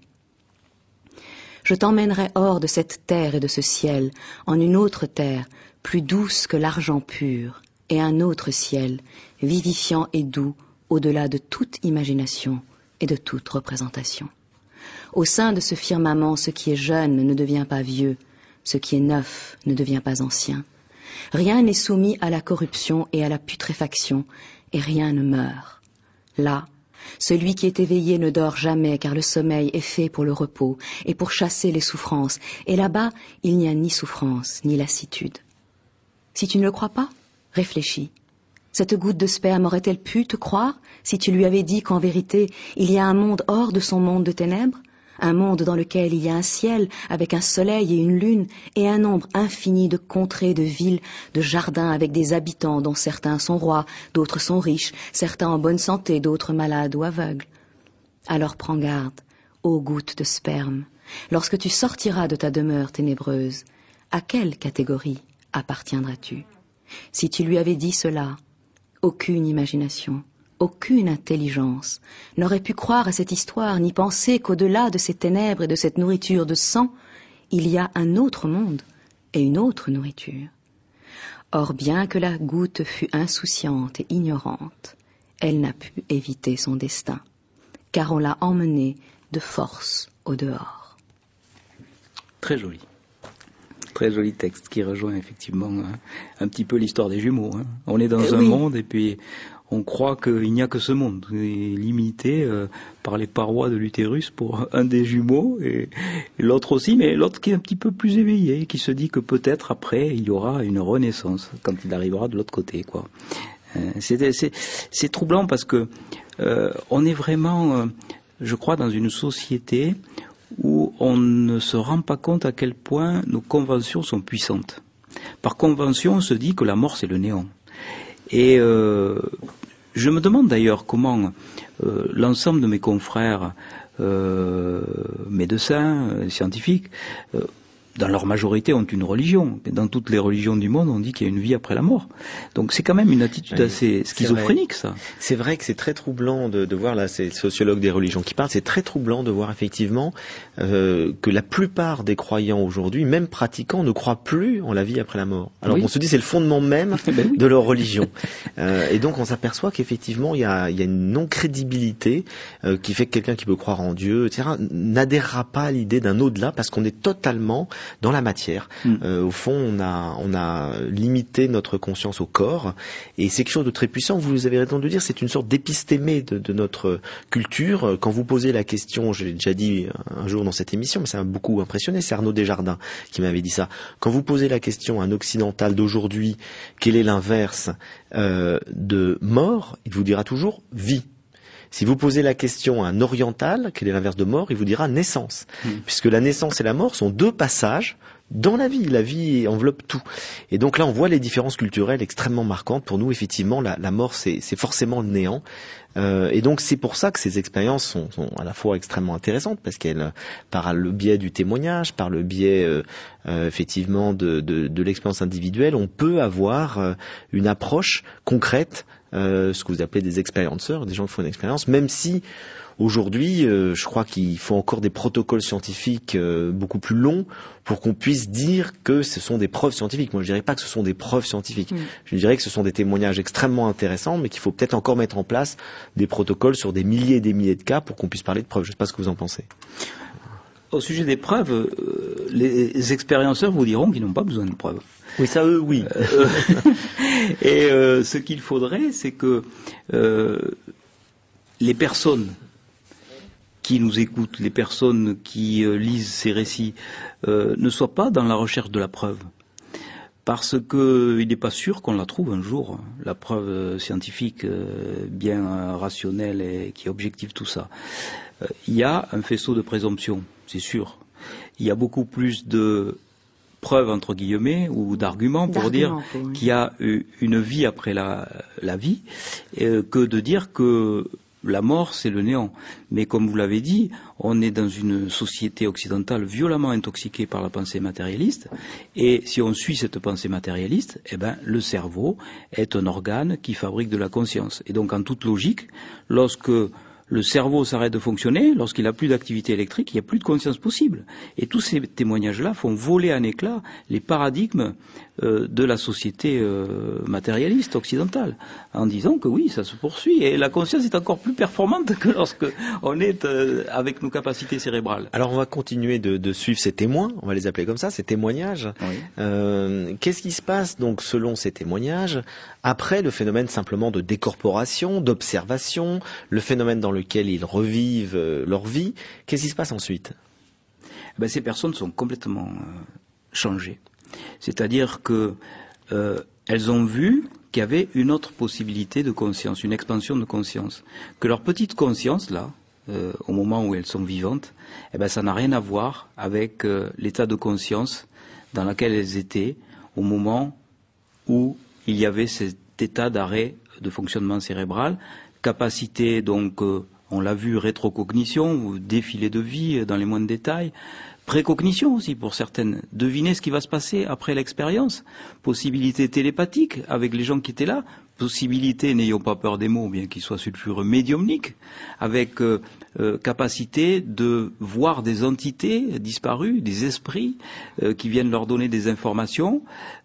Je t'emmènerai hors de cette terre et de ce ciel, en une autre terre, plus douce que l'argent pur, et un autre ciel, vivifiant et doux, au-delà de toute imagination et de toute représentation. Au sein de ce firmament, ce qui est jeune ne devient pas vieux, ce qui est neuf ne devient pas ancien. Rien n'est soumis à la corruption et à la putréfaction, et rien ne meurt. Là, celui qui est éveillé ne dort jamais, car le sommeil est fait pour le repos et pour chasser les souffrances, et là-bas, il n'y a ni souffrance, ni lassitude. Si tu ne le crois pas, réfléchis. Cette goutte de sperme aurait-elle pu te croire si tu lui avais dit qu'en vérité, il y a un monde hors de son monde de ténèbres, un monde dans lequel il y a un ciel avec un soleil et une lune, et un nombre infini de contrées, de villes, de jardins avec des habitants dont certains sont rois, d'autres sont riches, certains en bonne santé, d'autres malades ou aveugles. Alors prends garde, ô goutte de sperme, lorsque tu sortiras de ta demeure ténébreuse, à quelle catégorie appartiendras-tu ? Si tu lui avais dit cela, aucune imagination, aucune intelligence n'aurait pu croire à cette histoire, ni penser qu'au-delà de ces ténèbres et de cette nourriture de sang, il y a un autre monde et une autre nourriture. Or, bien que la goutte fût insouciante et ignorante, elle n'a pu éviter son destin, car on l'a emmenée de force au dehors. Très joli. Très joli texte qui rejoint effectivement un petit peu l'histoire des jumeaux. On est dans un monde et puis on croit qu'il n'y a que ce monde, limité par les parois de l'utérus pour un des jumeaux et l'autre aussi, mais l'autre qui est un petit peu plus éveillé, qui se dit que peut-être après il y aura une renaissance quand il arrivera de l'autre côté, quoi. C'est troublant parce que on est vraiment, je crois, dans une société où on ne se rend pas compte à quel point nos conventions sont puissantes. Par convention, on se dit que la mort, c'est le néant. Et je me demande d'ailleurs comment l'ensemble de mes confrères médecins, scientifiques, dans leur majorité, ont une religion. Dans toutes les religions du monde, on dit qu'il y a une vie après la mort. Donc c'est quand même une attitude assez schizophrénique, ça. C'est vrai que c'est très troublant de voir, là, c'est le sociologue des religions qui parle, c'est très troublant de voir effectivement que la plupart des croyants aujourd'hui, même pratiquants, ne croient plus en la vie après la mort. Alors Oui. on se dit c'est le fondement même Ben oui. de leur religion. Et donc on s'aperçoit qu'effectivement il y a une non-crédibilité qui fait que quelqu'un qui peut croire en Dieu, etc., n'adhérera pas à l'idée d'un au-delà parce qu'on est totalement dans la matière. Au fond, on a limité notre conscience au corps, et c'est quelque chose de très puissant. Vous avez raison de le dire, c'est une sorte d'épistémé de notre culture. Quand vous posez la question, j'ai déjà dit un jour dans cette émission, mais ça m'a beaucoup impressionné, c'est Arnaud Desjardins qui m'avait dit ça. Quand vous posez la question à un occidental d'aujourd'hui, quel est l'inverse de mort, il vous dira toujours vie. Si vous posez la question à un oriental, quel est l'inverse de mort, il vous dira naissance. Puisque la naissance et la mort sont deux passages dans la vie. La vie enveloppe tout. Et donc là, on voit les différences culturelles extrêmement marquantes. Pour nous, effectivement, la mort, c'est forcément le néant. Et donc, c'est pour ça que ces expériences sont à la fois extrêmement intéressantes, parce qu'elles, par le biais du témoignage, par le biais, effectivement, de l'expérience individuelle, on peut avoir une approche concrète, ce que vous appelez des expérienceurs, des gens qui font une expérience, même si aujourd'hui, je crois qu'il faut encore des protocoles scientifiques beaucoup plus longs pour qu'on puisse dire que ce sont des preuves scientifiques. Moi, je dirais pas que ce sont des preuves scientifiques. Je dirais que ce sont des témoignages extrêmement intéressants, mais qu'il faut peut-être encore mettre en place des protocoles sur des milliers et des milliers de cas pour qu'on puisse parler de preuves. Je ne sais pas ce que vous en pensez. Au sujet des preuves, les expérienceurs vous diront qu'ils n'ont pas besoin de preuves. Oui, ça, eux, oui. Et ce qu'il faudrait, c'est que les personnes qui nous écoutent, les personnes qui lisent ces récits, ne soient pas dans la recherche de la preuve. Parce qu'il n'est pas sûr qu'on la trouve un jour, la preuve scientifique bien rationnelle et qui objective tout ça. Il y a un faisceau de présomptions, c'est sûr. Il y a beaucoup plus de preuves, entre guillemets, ou d'arguments pour dire qu'il y a une vie après la vie, que de dire que la mort, c'est le néant. Mais comme vous l'avez dit, on est dans une société occidentale violemment intoxiquée par la pensée matérialiste. Et si on suit cette pensée matérialiste, eh ben, le cerveau est un organe qui fabrique de la conscience. Et donc, en toute logique, lorsque le cerveau s'arrête de fonctionner, lorsqu'il n'a plus d'activité électrique, il n'y a plus de conscience possible. Et tous ces témoignages-là font voler en éclats les paradigmes de la société matérialiste occidentale, en disant que oui, ça se poursuit. Et la conscience est encore plus performante que lorsque on est avec nos capacités cérébrales. Alors on va continuer de suivre ces témoins, on va les appeler comme ça, ces témoignages. Oui. Qu'est-ce qui se passe donc selon ces témoignages après le phénomène simplement de décorporation, d'observation, le phénomène dans lequel ils revivent leur vie? Qu'est-ce qui se passe ensuite? Ben, ces personnes sont complètement changées. C'est-à-dire que elles ont vu qu'il y avait une autre possibilité de conscience, une expansion de conscience, que leur petite conscience là, au moment où elles sont vivantes, eh ben ça n'a rien à voir avec l'état de conscience dans lequel elles étaient au moment où il y avait cet état d'arrêt de fonctionnement cérébral, capacité donc, on l'a vu, rétrocognition, ou défilé de vie dans les moindres détails, précognition aussi pour certaines, deviner ce qui va se passer après l'expérience, possibilité télépathique avec les gens qui étaient là, possibilité, n'ayons pas peur des mots, bien qu'ils soient sulfureux, médiumnique, avec capacité de voir des entités disparues, des esprits qui viennent leur donner des informations,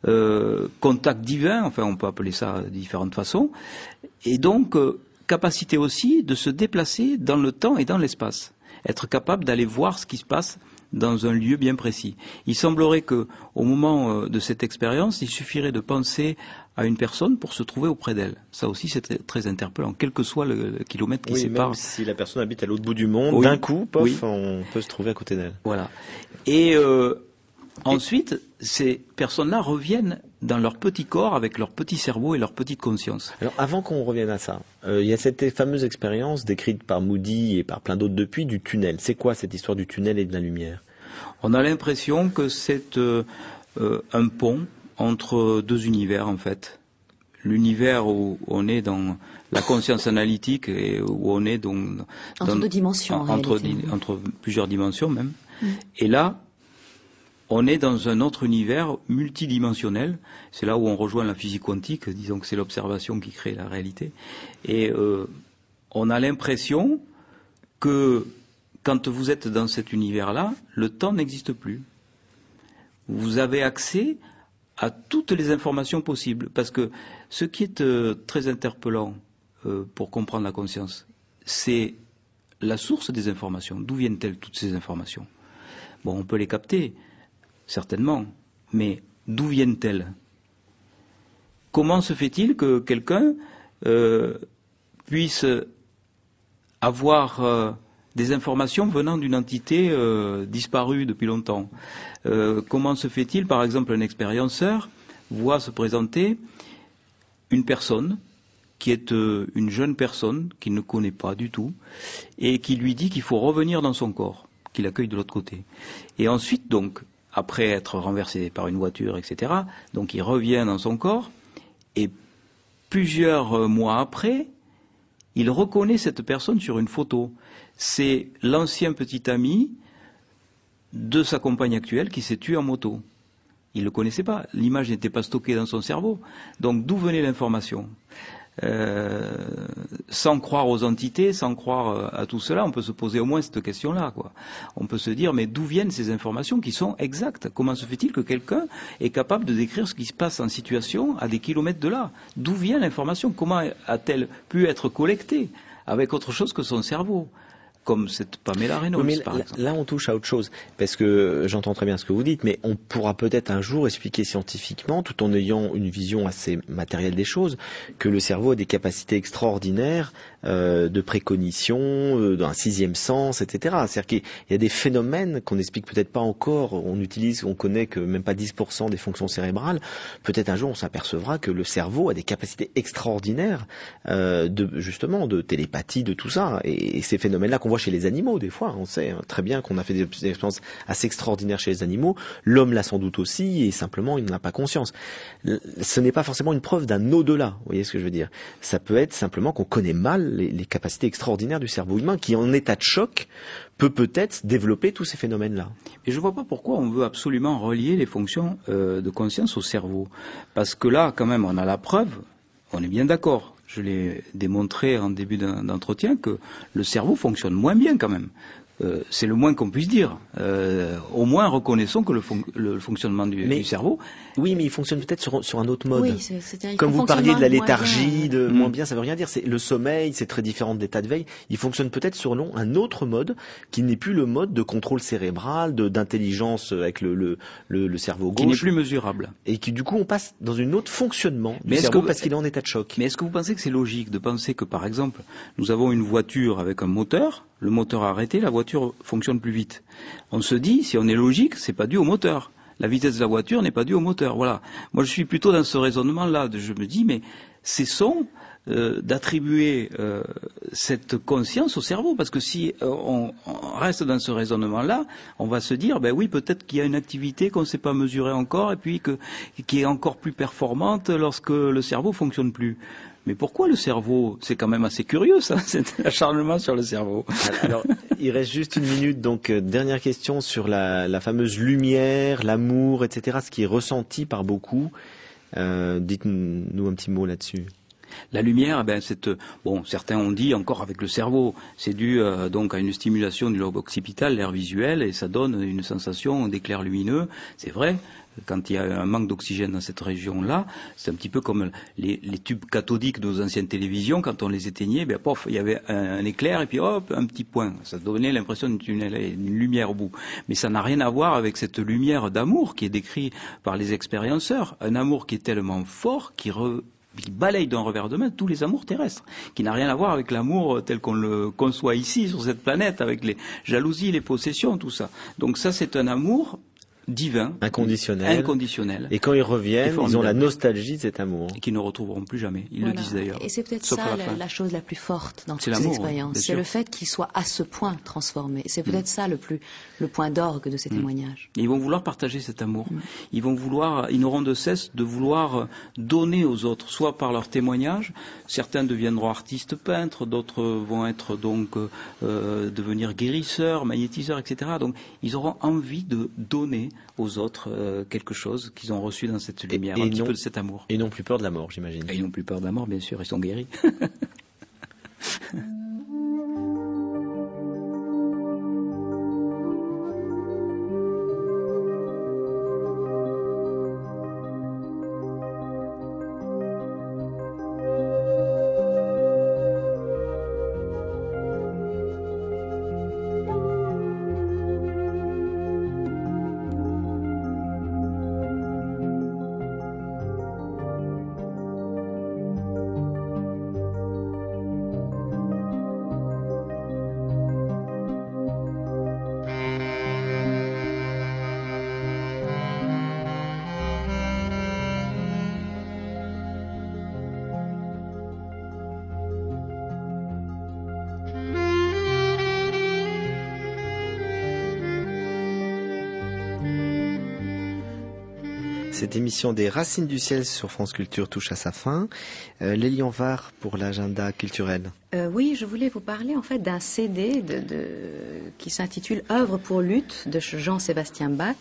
contact divin, enfin on peut appeler ça de différentes façons, et donc capacité aussi de se déplacer dans le temps et dans l'espace, être capable d'aller voir ce qui se passe dans un lieu bien précis. Il semblerait que, au moment de cette expérience, il suffirait de penser à une personne pour se trouver auprès d'elle. Ça aussi, c'est très interpellant, quel que soit le kilomètre qui sépare. Même si la personne habite à l'autre bout du monde, oui, d'un coup, pof, oui, on peut se trouver à côté d'elle. Voilà. Et ensuite, ces personnes-là reviennent dans leur petit corps avec leur petit cerveau et leur petite conscience. Alors, avant qu'on revienne à ça, il y a cette fameuse expérience décrite par Moody et par plein d'autres depuis du tunnel. C'est quoi cette histoire du tunnel et de la lumière? On a l'impression que c'est un pont entre deux univers, en fait. L'univers où on est dans la conscience analytique et où on est entre deux dimensions, entre plusieurs dimensions même. Et là, on est dans un autre univers multidimensionnel. C'est là où on rejoint la physique quantique. Disons que c'est l'observation qui crée la réalité. Et on a l'impression que quand vous êtes dans cet univers-là, le temps n'existe plus. Vous avez accès à toutes les informations possibles. Parce que ce qui est très interpellant pour comprendre la conscience, c'est la source des informations. D'où viennent-elles toutes ces informations? Bon, on peut les capter, certainement, mais d'où viennent-elles? Comment se fait-il que quelqu'un puisse avoir des informations venant d'une entité disparue depuis longtemps? Comment se fait-il, par exemple, un expérienceur voit se présenter une personne qui est une jeune personne qu'il ne connaît pas du tout et qui lui dit qu'il faut revenir dans son corps, qu'il accueille de l'autre côté. Et ensuite, donc, après être renversé par une voiture, etc., donc il revient dans son corps et plusieurs mois après, il reconnaît cette personne sur une photo. C'est l'ancien petit ami de sa compagne actuelle qui s'est tué en moto. Il ne le connaissait pas. L'image n'était pas stockée dans son cerveau. Donc d'où venait l'information? Sans croire aux entités, sans croire à tout cela, on peut se poser au moins cette question-là, quoi. On peut se dire, mais d'où viennent ces informations qui sont exactes? Comment se fait-il que quelqu'un est capable de décrire ce qui se passe en situation à des kilomètres de là? D'où vient l'information? Comment a-t-elle pu être collectée avec autre chose que son cerveau? Comme cette Pamela Reynolds, Oui, mais par exemple. là, on touche à autre chose, parce que j'entends très bien ce que vous dites, mais on pourra peut-être un jour expliquer scientifiquement, tout en ayant une vision assez matérielle des choses, que le cerveau a des capacités extraordinaires de précognition, d'un sixième sens, etc. C'est-à-dire qu'il y a des phénomènes qu'on n'explique peut-être pas encore. On connaît que même pas 10% des fonctions cérébrales. Peut-être un jour, on s'apercevra que le cerveau a des capacités extraordinaires justement de télépathie, de tout ça, et ces phénomènes-là qu'on voit chez les animaux, des fois, on sait très bien qu'on a fait des expériences assez extraordinaires chez les animaux. L'homme l'a sans doute aussi, et simplement, il n'en a pas conscience. Ce n'est pas forcément une preuve d'un au-delà, vous voyez ce que je veux dire. Ça peut être simplement qu'on connaît mal les capacités extraordinaires du cerveau humain, qui en état de choc peut-être développer tous ces phénomènes-là. Et je ne vois pas pourquoi on veut absolument relier les fonctions de conscience au cerveau. Parce que là, quand même, on a la preuve, on est bien d'accord. Je l'ai démontré en début d'entretien que le cerveau fonctionne moins bien quand même. C'est le moins qu'on puisse dire. Au moins, reconnaissons que le fonctionnement du cerveau... Oui, mais il fonctionne peut-être sur un autre mode. Oui, comme vous parliez de la léthargie, bien. moins bien, ça veut rien dire. C'est le sommeil, c'est très différent de l'état de veille. Il fonctionne peut-être sur un autre mode qui n'est plus le mode de contrôle cérébral, d'intelligence avec le cerveau gauche. Qui n'est plus mesurable. Et qui, du coup, on passe dans un autre fonctionnement du cerveau parce qu'il est en état de choc. Mais est-ce que vous pensez que c'est logique de penser que, par exemple, nous avons une voiture avec un moteur, le moteur a arrêté, la voiture fonctionne plus vite. On se dit, si on est logique, c'est pas dû au moteur. La vitesse de la voiture n'est pas due au moteur. Voilà. Moi, je suis plutôt dans ce raisonnement-là. Je me dis, mais cessons d'attribuer cette conscience au cerveau, parce que si on reste dans ce raisonnement-là, on va se dire, ben oui, peut-être qu'il y a une activité qu'on ne sait pas mesurer encore, et puis qui est encore plus performante lorsque le cerveau fonctionne plus. Mais pourquoi le cerveau? C'est quand même assez curieux, ça, cet acharnement sur le cerveau. Alors, il reste juste une minute, donc dernière question sur la fameuse lumière, l'amour, etc., ce qui est ressenti par beaucoup. Dites-nous un petit mot là-dessus. La lumière, certains ont dit encore avec le cerveau, c'est dû donc à une stimulation du lobe occipital, l'air visuel, et ça donne une sensation d'éclair lumineux. C'est vrai. Quand il y a un manque d'oxygène dans cette région-là, c'est un petit peu comme les tubes cathodiques de nos anciennes télévisions. Quand on les éteignait, pof, il y avait un éclair et puis hop, un petit point. Ça donnait l'impression d'une lumière au bout. Mais ça n'a rien à voir avec cette lumière d'amour qui est décrite par les expérienceurs. Un amour qui est tellement fort, qui balaye d'un revers de main tous les amours terrestres, qui n'a rien à voir avec l'amour tel qu'on le conçoit ici, sur cette planète, avec les jalousies, les possessions, tout ça. Donc ça, c'est un amour divin, inconditionnel. Et quand ils reviennent, ils ont la nostalgie de cet amour. Et qu'ils ne retrouveront plus jamais. Ils le disent d'ailleurs. Et c'est peut-être ça la chose la plus forte dans toutes ces expériences. C'est le fait qu'ils soient à ce point transformés. C'est peut-être ça le point d'orgue de ces témoignages. Et ils vont vouloir partager cet amour. Ils n'auront de cesse de vouloir donner aux autres, soit par leurs témoignages. Certains deviendront artistes peintres, d'autres vont être donc devenir guérisseurs, magnétiseurs, etc. Donc ils auront envie de donner aux autres quelque chose qu'ils ont reçu dans cette lumière, et un petit non- peu de cet amour. Et non plus peur de la mort, j'imagine. Et ils n'ont plus peur de la mort, bien sûr, ils sont guéris. Cette émission des Racines du ciel sur France Culture touche à sa fin. Lélian Var pour l'agenda culturel. Oui, je voulais vous parler en fait d'un CD qui s'intitule Œuvres pour lutte de Jean-Sébastien Bach.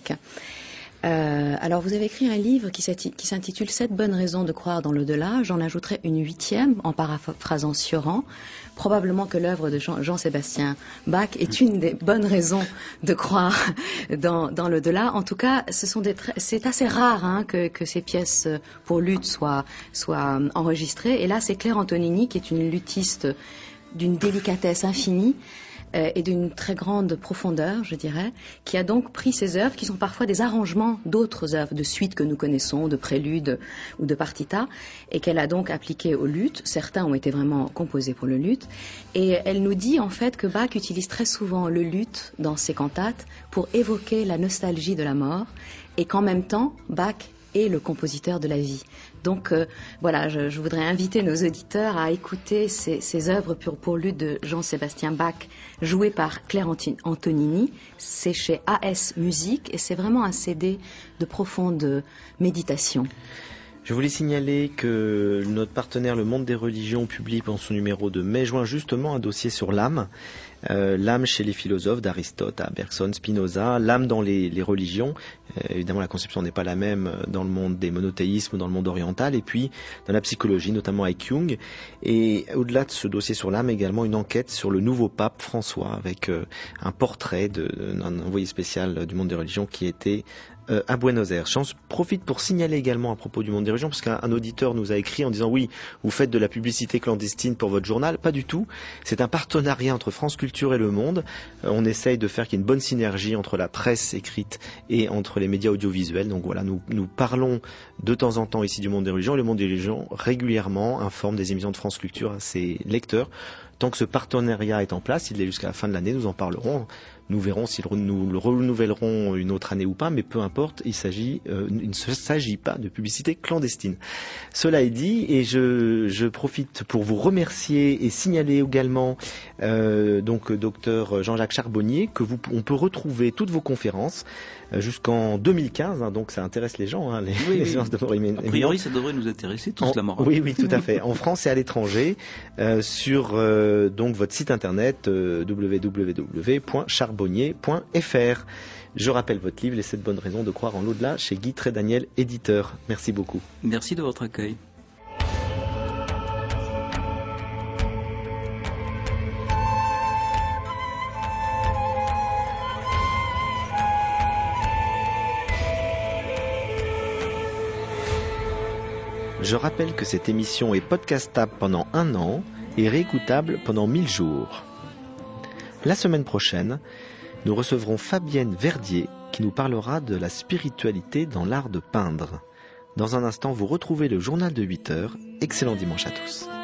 Alors vous avez écrit un livre qui s'intitule 7 bonnes raisons de croire dans l'au-delà. J'en ajouterai une 8e en paraphrasant Sioran. Probablement que l'œuvre de Jean-Sébastien Bach est une des bonnes raisons de croire dans l'au-delà. En tout cas, c'est assez rare que ces pièces pour lutte soient enregistrées. Et là, c'est Claire Antonini, qui est une luthiste d'une délicatesse infinie et d'une très grande profondeur, je dirais, qui a donc pris ces œuvres, qui sont parfois des arrangements d'autres œuvres, de suites que nous connaissons, de préludes ou de partitas, et qu'elle a donc appliquées au luth. Certains ont été vraiment composés pour le luth. Et elle nous dit en fait que Bach utilise très souvent le luth dans ses cantates pour évoquer la nostalgie de la mort, et qu'en même temps, Bach est le compositeur de la vie. Donc voilà, je voudrais inviter nos auditeurs à écouter ces œuvres pour luth de Jean-Sébastien Bach, jouées par Claire Antonini. C'est chez AS Musique et c'est vraiment un CD de profonde méditation. Je voulais signaler que notre partenaire Le Monde des Religions publie dans son numéro de mai-juin justement un dossier sur l'âme. L'âme chez les philosophes, d'Aristote à Bergson, Spinoza, l'âme dans les religions. Évidemment, la conception n'est pas la même dans le monde des monothéismes ou dans le monde oriental, et puis dans la psychologie, notamment avec Jung. Et au-delà de ce dossier sur l'âme, également une enquête sur le nouveau pape François, avec un portrait d'un envoyé spécial du monde des religions qui était à Buenos Aires. J'en profite pour signaler également à propos du monde des religions, parce qu'un auditeur nous a écrit en disant oui, vous faites de la publicité clandestine pour votre journal. Pas du tout. C'est un partenariat entre France Culture et Le Monde. On essaye de faire qu'il y ait une bonne synergie entre la presse écrite et entre les médias audiovisuels. Donc voilà, nous parlons de temps en temps ici du monde des religions. Le monde des religions régulièrement informe des émissions de France Culture à ses lecteurs. Tant que ce partenariat est en place, il est jusqu'à la fin de l'année, nous en parlerons. Nous verrons si nous le renouvellerons une autre année ou pas, mais peu importe, il ne s'agit pas de publicité clandestine. Cela est dit, et je profite pour vous remercier et signaler également donc docteur Jean-Jacques Charbonnier que on peut retrouver toutes vos conférences jusqu'en 2015, donc ça intéresse les gens, les gens de mort imminente. A priori, ça devrait nous intéresser tous, la mort. Oui, tout à fait. En France et à l'étranger, sur donc votre site internet www.charbonnier.fr. Je rappelle votre livre, Les 7 bonnes raisons de croire en l'au-delà, chez Guy Trédaniel, éditeur. Merci beaucoup. Merci de votre accueil. Je rappelle que cette émission est podcastable pendant 1 an et réécoutable pendant 1000 jours. La semaine prochaine, nous recevrons Fabienne Verdier qui nous parlera de la spiritualité dans l'art de peindre. Dans un instant, vous retrouvez le journal de 8 heures. Excellent dimanche à tous.